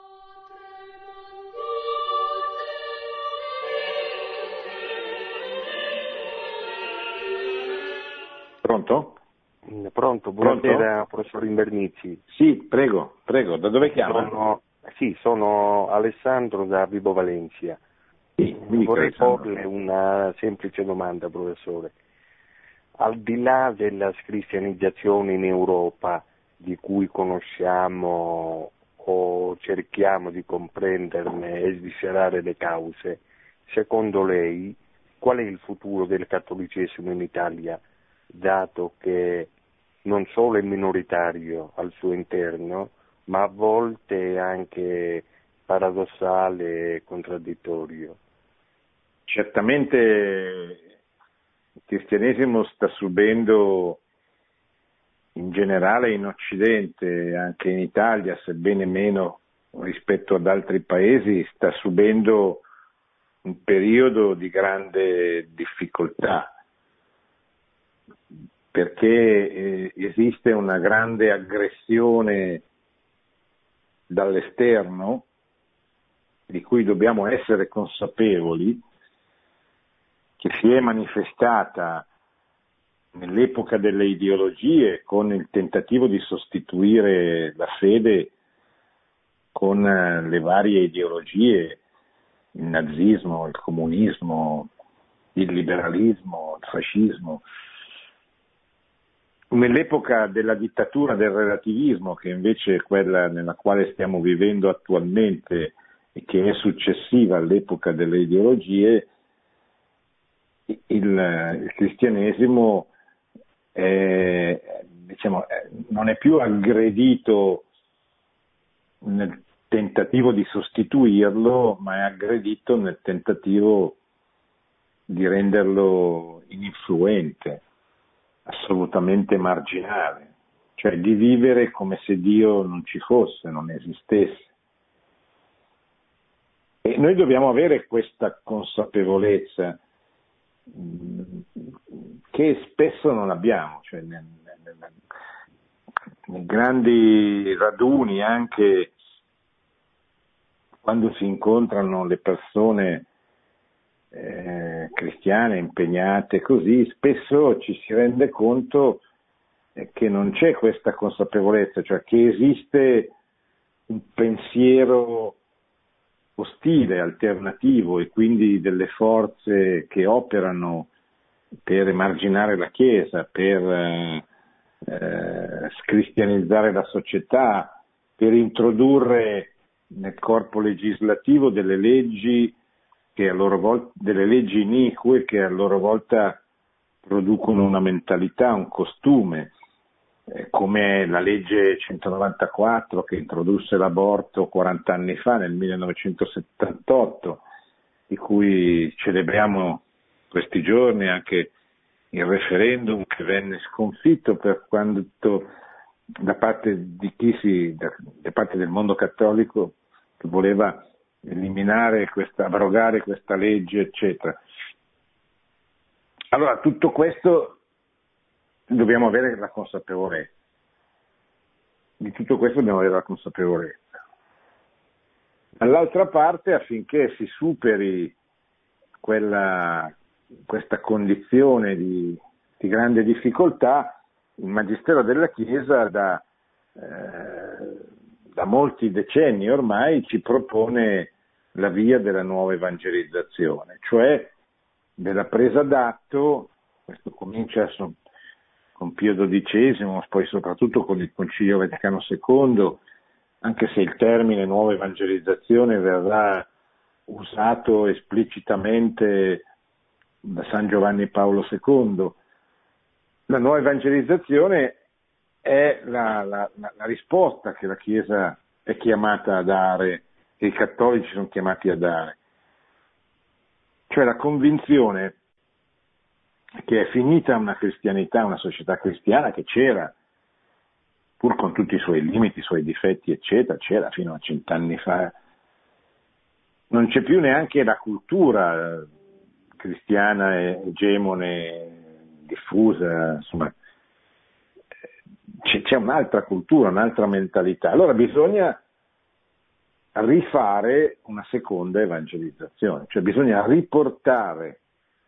Pronto? Pronto, buonasera professor Invernizzi. Sì, prego, da dove chiama? Sono Alessandro da Vibo Valentia. Sì, vorrei porle una semplice domanda, professore. Al di là della scristianizzazione in Europa, di cui conosciamo o cerchiamo di comprenderne e sviscerare le cause, secondo lei qual è il futuro del cattolicesimo in Italia, dato che non solo è minoritario al suo interno, ma a volte anche paradossale e contraddittorio? Certamente il cristianesimo sta subendo in generale in Occidente, anche in Italia, sebbene meno rispetto ad altri paesi, sta subendo un periodo di grande difficoltà, perché esiste una grande aggressione dall'esterno di cui dobbiamo essere consapevoli, che si è manifestata nell'epoca delle ideologie con il tentativo di sostituire la fede con le varie ideologie, il nazismo, il comunismo, il liberalismo, il fascismo, nell'epoca della dittatura del relativismo, che invece è quella nella quale stiamo vivendo attualmente e che è successiva all'epoca delle ideologie, il cristianesimo non è più aggredito nel tentativo di sostituirlo, ma è aggredito nel tentativo di renderlo ininfluente, assolutamente marginale, cioè di vivere come se Dio non ci fosse, non esistesse. E noi dobbiamo avere questa consapevolezza che spesso non abbiamo, cioè nei grandi raduni, anche quando si incontrano le persone cristiane impegnate così, spesso ci si rende conto che non c'è questa consapevolezza, cioè che esiste un pensiero ostile, alternativo, e quindi delle forze che operano per emarginare la Chiesa, per scristianizzare la società, per introdurre nel corpo legislativo delle leggi che a loro volta, delle leggi inique che a loro volta producono una mentalità, un costume, come la legge 194 che introdusse l'aborto 40 anni fa, nel 1978, di cui celebriamo questi giorni anche il referendum che venne sconfitto per quanto da parte di da parte del mondo cattolico che voleva abrogare questa legge, eccetera. Allora, tutto questo dobbiamo avere la consapevolezza. Di tutto questo dobbiamo avere la consapevolezza. Dall'altra parte, affinché si superi questa condizione di grande difficoltà, il Magistero della Chiesa da molti decenni ormai ci propone la via della nuova evangelizzazione, cioè della presa d'atto. Questo comincia con Pio XII, poi soprattutto con il Concilio Vaticano II, anche se il termine nuova evangelizzazione verrà usato esplicitamente da San Giovanni Paolo II. La nuova evangelizzazione è la risposta che la Chiesa è chiamata a dare, che i cattolici sono chiamati a dare, cioè la convinzione che è finita una cristianità, una società cristiana che c'era, pur con tutti i suoi limiti, i suoi difetti, eccetera, c'era fino a 100 anni fa. Non c'è più neanche la cultura cristiana egemone, diffusa, insomma, c'è un'altra cultura, un'altra mentalità. Allora bisogna rifare una seconda evangelizzazione, cioè bisogna riportare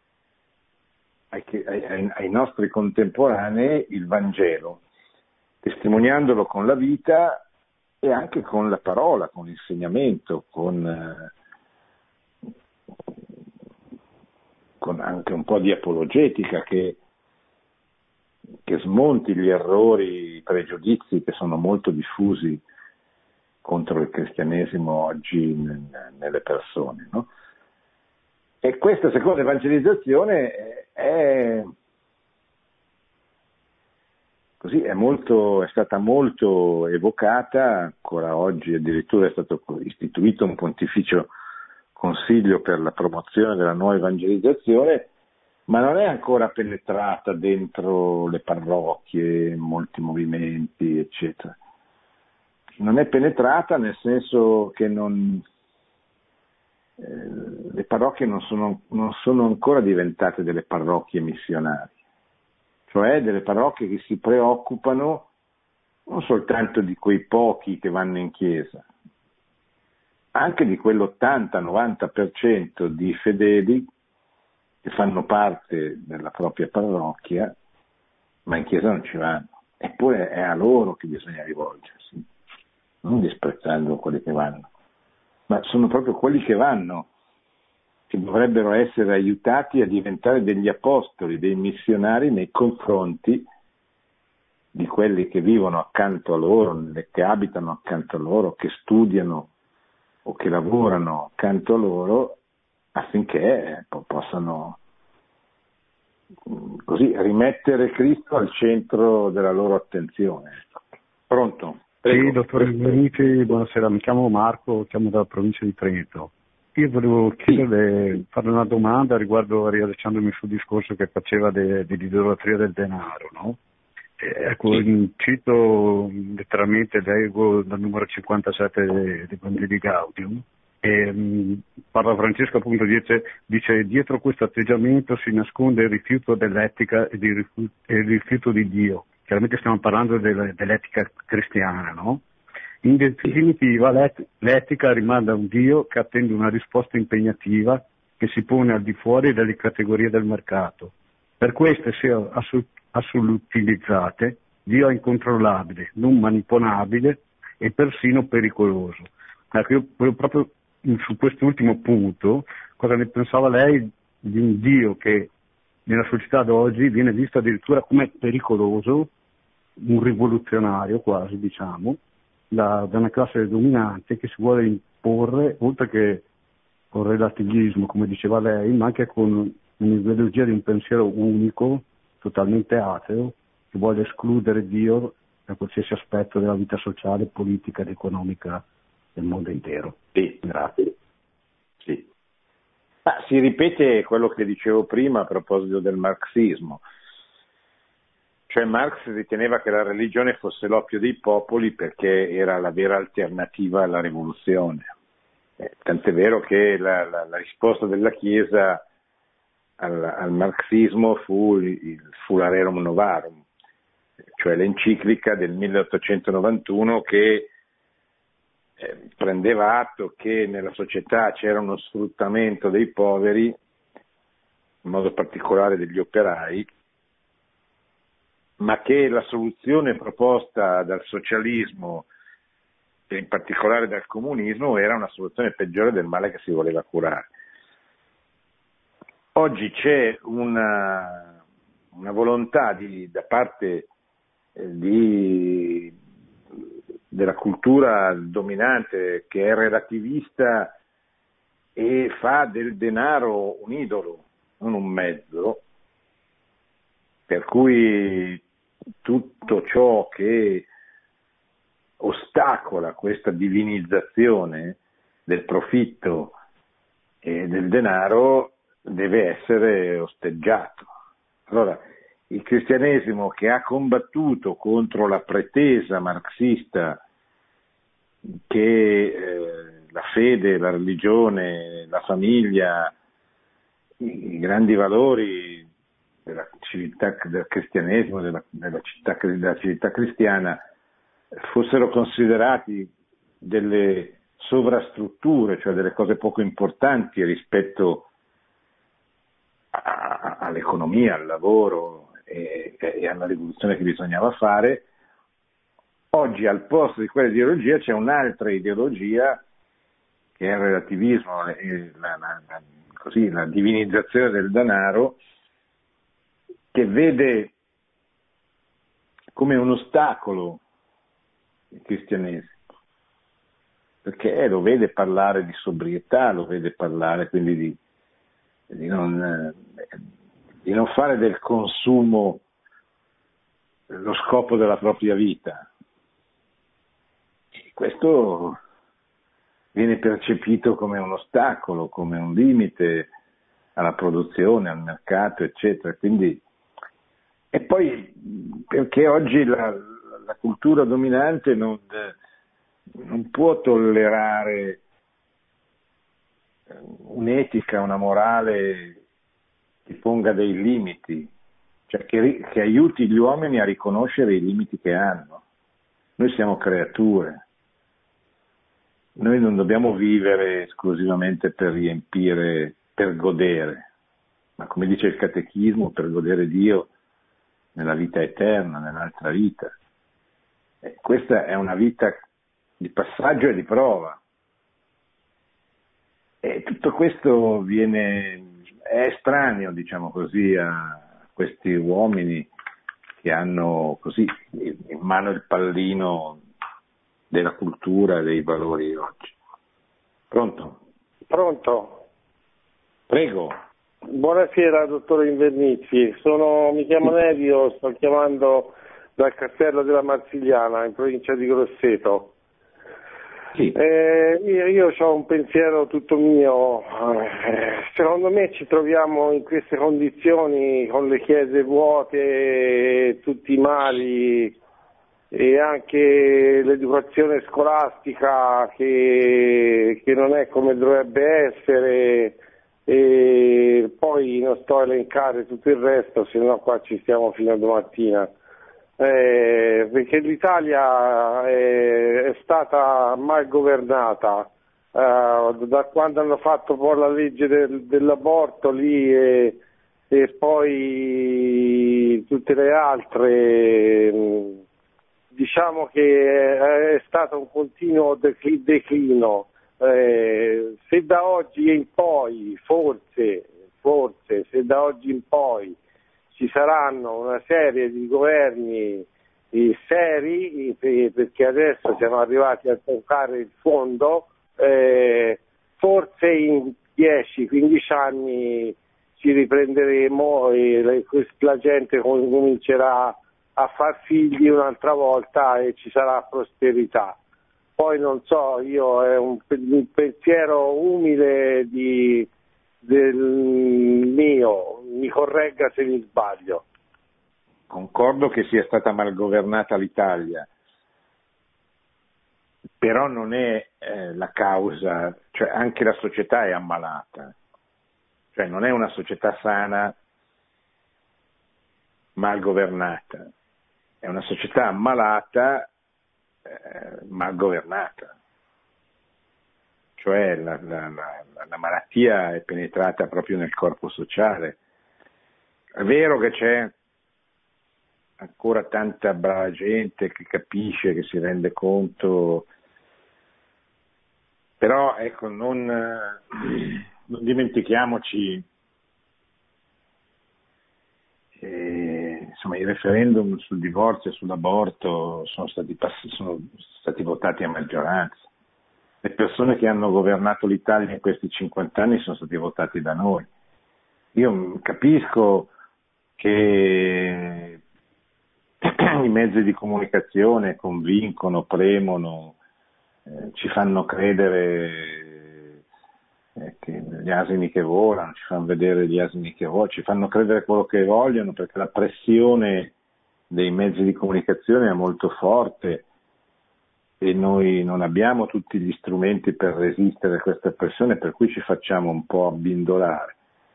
ai nostri contemporanei il Vangelo, testimoniandolo con la vita e anche con la parola, con l'insegnamento, con anche un po' di apologetica che smonti gli errori, i pregiudizi che sono molto diffusi contro il cristianesimo oggi nelle persone, no? E questa seconda evangelizzazione è stata molto evocata, ancora oggi addirittura è stato istituito un pontificio consiglio per la promozione della nuova evangelizzazione, ma non è ancora penetrata dentro le parrocchie, molti movimenti, eccetera. Non è penetrata nel senso che le parrocchie non sono ancora diventate delle parrocchie missionarie, cioè delle parrocchie che si preoccupano non soltanto di quei pochi che vanno in chiesa, anche di quell'80-90% di fedeli che fanno parte della propria parrocchia, ma in chiesa non ci vanno. Eppure è a loro che bisogna rivolgersi, non disprezzando quelli che vanno, ma sono proprio quelli che vanno che dovrebbero essere aiutati a diventare degli apostoli, dei missionari nei confronti di quelli che vivono accanto a loro, che abitano accanto a loro, che studiano o che lavorano accanto a loro, affinché possano così rimettere Cristo al centro della loro attenzione. Pronto? Prego. Sì, dottor Veniti, buonasera, mi chiamo Marco, chiamo dalla provincia di Trento. Io volevo chiederle, fare una domanda riguardo, riallacciandomi sul discorso che faceva dell'idolatria del denaro, no? Ecco, cito letteralmente, leggo dal numero 57 dei Vangeli Gaudium, e Papa Francesco appunto dice dietro questo atteggiamento si nasconde il rifiuto dell'etica e il rifiuto di Dio. Chiaramente stiamo parlando dell'etica cristiana, no? In definitiva l'etica rimanda a un Dio che attende una risposta impegnativa che si pone al di fuori delle categorie del mercato. Per queste, se assolutizzate, Dio è incontrollabile, non manipolabile e persino pericoloso. Ecco, io volevo proprio su quest'ultimo punto, cosa ne pensava lei di un Dio che nella società d'oggi viene visto addirittura come pericoloso, un rivoluzionario quasi, diciamo, da una classe dominante che si vuole imporre, oltre che con relativismo, come diceva lei, ma anche con un'ideologia di un pensiero unico, totalmente ateo, che vuole escludere Dio da qualsiasi aspetto della vita sociale, politica ed economica del mondo intero. Sì. Grazie. Sì. Ma si ripete quello che dicevo prima a proposito del marxismo. Cioè Marx riteneva che la religione fosse l'oppio dei popoli perché era la vera alternativa alla rivoluzione. Tant'è vero che la risposta della Chiesa al marxismo fu la Rerum Novarum, cioè l'enciclica del 1891 che prendeva atto che nella società c'era uno sfruttamento dei poveri, in modo particolare degli operai, ma che la soluzione proposta dal socialismo e in particolare dal comunismo era una soluzione peggiore del male che si voleva curare. Oggi c'è una volontà da parte della cultura dominante che è relativista e fa del denaro un idolo, non un mezzo, per cui tutto ciò che ostacola questa divinizzazione del profitto e del denaro deve essere osteggiato. Allora, il cristianesimo che ha combattuto contro la pretesa marxista che la fede, la religione, la famiglia, i grandi valori della civiltà del cristianesimo, della civiltà cristiana, fossero considerati delle sovrastrutture, cioè delle cose poco importanti rispetto all'economia, al lavoro e alla rivoluzione che bisognava fare. Oggi al posto di quella ideologia c'è un'altra ideologia che è il relativismo, la divinizzazione del denaro, che vede come un ostacolo il cristianesimo, perché lo vede parlare di sobrietà, lo vede parlare quindi di non fare del consumo lo scopo della propria vita. E questo viene percepito come un ostacolo, come un limite alla produzione, al mercato, eccetera. Quindi, e poi perché oggi la cultura dominante non può tollerare un'etica, una morale che ponga dei limiti, cioè che aiuti gli uomini a riconoscere i limiti che hanno. Noi siamo creature, noi non dobbiamo vivere esclusivamente per riempire, per godere, ma come dice il catechismo, per godere Dio nella vita eterna, nell'altra vita. Questa è una vita di passaggio e di prova. E tutto questo è estraneo, diciamo così, a questi uomini che hanno così in mano il pallino della cultura e dei valori oggi. Pronto? Pronto? Prego. Buonasera, dottore Invernizzi. Mi chiamo Nevio, sto chiamando dal Castello della Marsigliana, in provincia di Grosseto. Sì. Io ho un pensiero tutto mio. Secondo me ci troviamo in queste condizioni con le chiese vuote, tutti i mali e anche l'educazione scolastica che non è come dovrebbe essere, e poi non sto a elencare tutto il resto, se no qua ci stiamo fino a domattina. Perché l'Italia è stata mal governata da quando hanno fatto poi la legge dell'aborto lì e poi tutte le altre, diciamo che è stato un continuo declino. Se da oggi in poi, forse se da oggi in poi ci saranno una serie di governi seri, perché adesso siamo arrivati a toccare il fondo, forse in 10-15 anni ci riprenderemo e la gente comincerà a far figli un'altra volta e ci sarà prosperità. Poi non so, io è un pensiero umile del mio, mi corregga se mi sbaglio. Concordo che sia stata mal governata l'Italia, però non è la causa, cioè anche la società è ammalata, cioè non è una società sana mal governata, è una società ammalata mal governata. Cioè la malattia è penetrata proprio nel corpo sociale. È vero che c'è ancora tanta brava gente che capisce, che si rende conto, però ecco, non dimentichiamoci, insomma, i referendum sul divorzio e sull'aborto sono stati votati a maggioranza. Le persone che hanno governato l'Italia in questi 50 anni sono stati votati da noi. Io capisco che i mezzi di comunicazione convincono, premono, ci fanno credere che gli asini che volano, ci fanno vedere gli asini che volano, ci fanno credere quello che vogliono, perché la pressione dei mezzi di comunicazione è molto forte e noi non abbiamo tutti gli strumenti per resistere a questa pressione, per cui ci facciamo un po' abbindolare.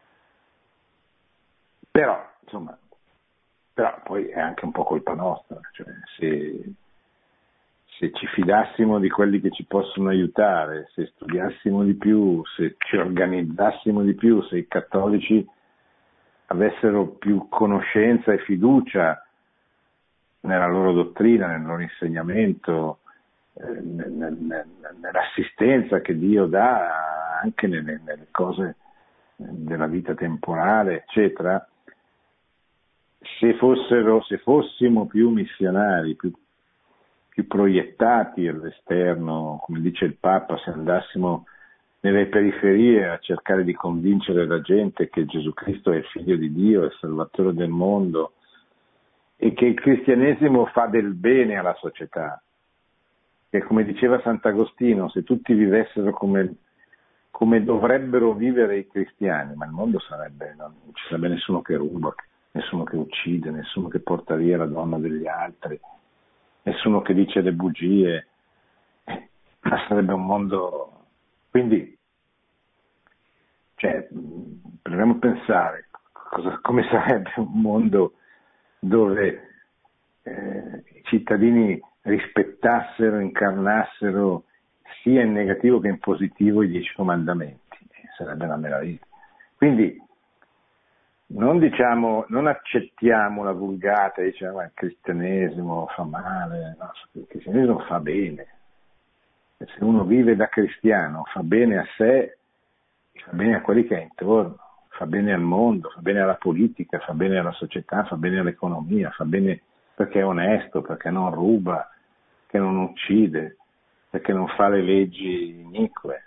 Però, insomma, poi è anche un po' colpa nostra, cioè se ci fidassimo di quelli che ci possono aiutare, se studiassimo di più, se ci organizzassimo di più, se i cattolici avessero più conoscenza e fiducia nella loro dottrina, nel loro insegnamento, nell'assistenza che Dio dà anche nelle cose della vita temporale, eccetera, se fossimo più missionari, più proiettati all'esterno, come dice il Papa, se andassimo nelle periferie a cercare di convincere la gente che Gesù Cristo è il Figlio di Dio, è il Salvatore del mondo e che il cristianesimo fa del bene alla società, che come diceva Sant'Agostino, se tutti vivessero come dovrebbero vivere i cristiani, ma il mondo non ci sarebbe nessuno che ruba, nessuno che uccide, nessuno che porta via la donna degli altri, nessuno che dice le bugie, ma sarebbe un mondo. Quindi, proviamo a pensare come sarebbe un mondo dove i cittadini rispettassero, incarnassero sia in negativo che in positivo i 10 comandamenti, sarebbe una meraviglia. Quindi non accettiamo la vulgata, diciamo il cristianesimo fa male, no, il cristianesimo fa bene. E se uno vive da cristiano, fa bene a sé, fa bene a quelli che è intorno, fa bene al mondo, fa bene alla politica, fa bene alla società, fa bene all'economia, fa bene perché è onesto, perché non ruba, che non uccide, perché non fa le leggi inique.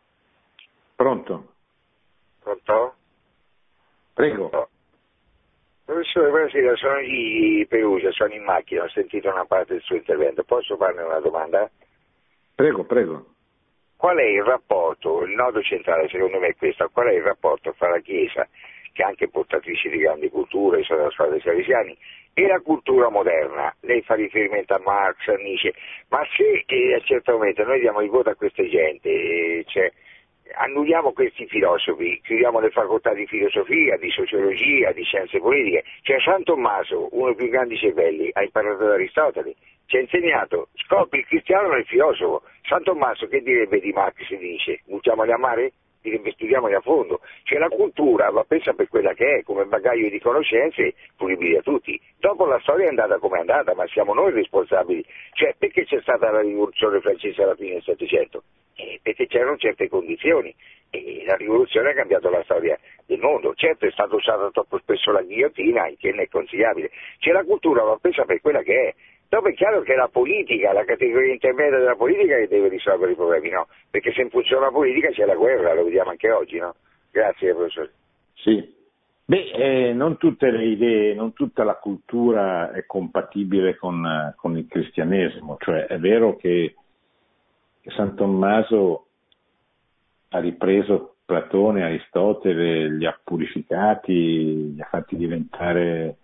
Pronto? Pronto? Prego. Pronto? Professore, buonasera, sono di Perugia, sono in macchina, ho sentito una parte del suo intervento, posso farne una domanda? Prego. Qual è il rapporto, il nodo centrale secondo me è questo, qual è il rapporto fra la Chiesa, che è anche portatrice di grandi culture, sono la scuola dei salesiani, e la cultura moderna? Lei fa riferimento a Marx, a Nietzsche, ma se a un certo momento noi diamo il voto a questa gente, cioè annulliamo questi filosofi, chiudiamo le facoltà di filosofia, di sociologia, di scienze politiche, cioè San Tommaso, uno dei più grandi cervelli, ha imparato da Aristotele, ci ha insegnato, scopri il cristiano nel filosofo. San Tommaso che direbbe di Marx, si dice, buttiamoli a mare? Direbbe studiamoli a fondo, cioè la cultura va presa per quella che è, come bagaglio di conoscenze fruibili a tutti. Dopo la storia è andata come è andata, ma siamo noi responsabili, cioè perché c'è stata la rivoluzione francese alla fine del Settecento? Perché c'erano certe condizioni e la rivoluzione ha cambiato la storia del mondo. Certo è stata usata troppo spesso la ghigliottina, il che non è consigliabile, cioè la cultura va presa per quella che è. Dopo è chiaro che è la politica, la categoria intermedia della politica che deve risolvere i problemi, no? Perché se in funzione della politica c'è la guerra, lo vediamo anche oggi, no? Grazie, professore. Sì. Non tutte le idee, non tutta la cultura è compatibile con il cristianesimo, cioè è vero che San Tommaso ha ripreso Platone, Aristotele, li ha purificati, li ha fatti diventare,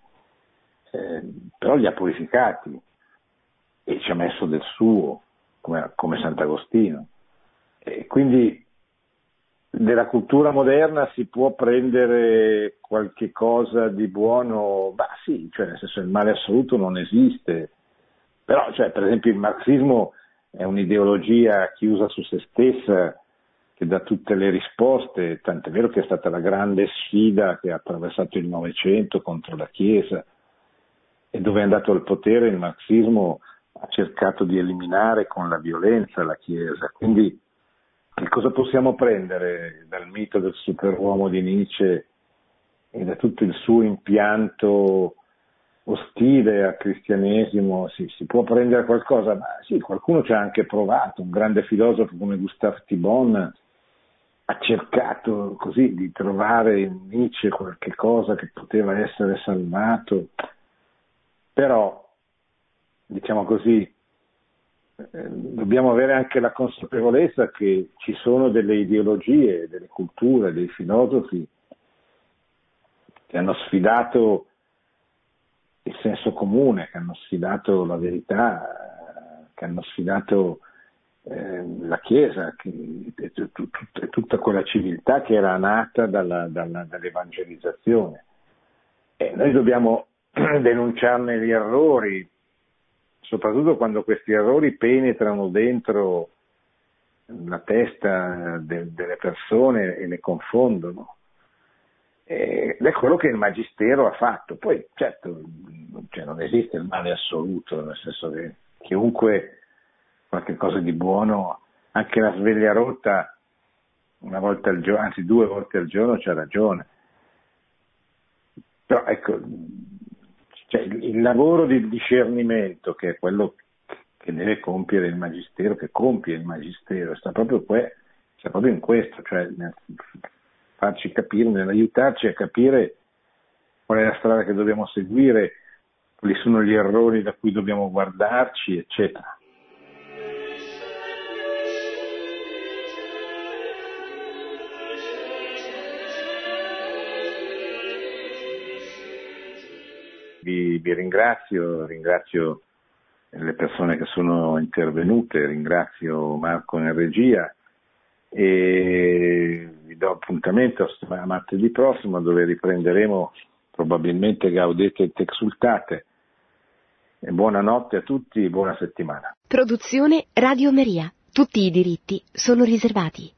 però li ha purificati e ci ha messo del suo, come Sant'Agostino. E quindi della cultura moderna si può prendere qualche cosa di buono, sì, cioè nel senso il male assoluto non esiste, però cioè, per esempio il marxismo è un'ideologia chiusa su se stessa che dà tutte le risposte, tant'è vero che è stata la grande sfida che ha attraversato il Novecento contro la Chiesa, e dove è andato al potere il marxismo ha cercato di eliminare con la violenza la Chiesa. Quindi che cosa possiamo prendere dal mito del superuomo di Nietzsche e da tutto il suo impianto ostile al cristianesimo? Si può prendere qualcosa, ma sì, qualcuno ci ha anche provato, un grande filosofo come Gustave Thibon ha cercato così di trovare in Nietzsche qualche cosa che poteva essere salvato, però diciamo così dobbiamo avere anche la consapevolezza che ci sono delle ideologie, delle culture, dei filosofi che hanno sfidato il senso comune, che hanno sfidato la verità, che hanno sfidato la Chiesa, tutta quella civiltà che era nata dall'evangelizzazione. E noi dobbiamo denunciarne gli errori, soprattutto quando questi errori penetrano dentro la testa delle persone e le confondono. Ed è quello che il Magistero ha fatto. Poi certo, cioè, non esiste il male assoluto, nel senso che chiunque qualche cosa di buono, anche la sveglia rotta una volta al giorno, anzi 2 volte al giorno, c'ha ragione. Però ecco, cioè, il lavoro di discernimento, che è quello che deve compiere il Magistero, che compie il Magistero, sta proprio in questo, cioè nel farci capire, nell'aiutarci a capire qual è la strada che dobbiamo seguire, quali sono gli errori da cui dobbiamo guardarci, eccetera. Vi ringrazio le persone che sono intervenute, ringrazio Marco in regia e vi do appuntamento a martedì prossimo, dove riprenderemo probabilmente Gaudete et Exsultate. E buonanotte a tutti e buona settimana. Produzione Radio Maria. Tutti i diritti sono riservati.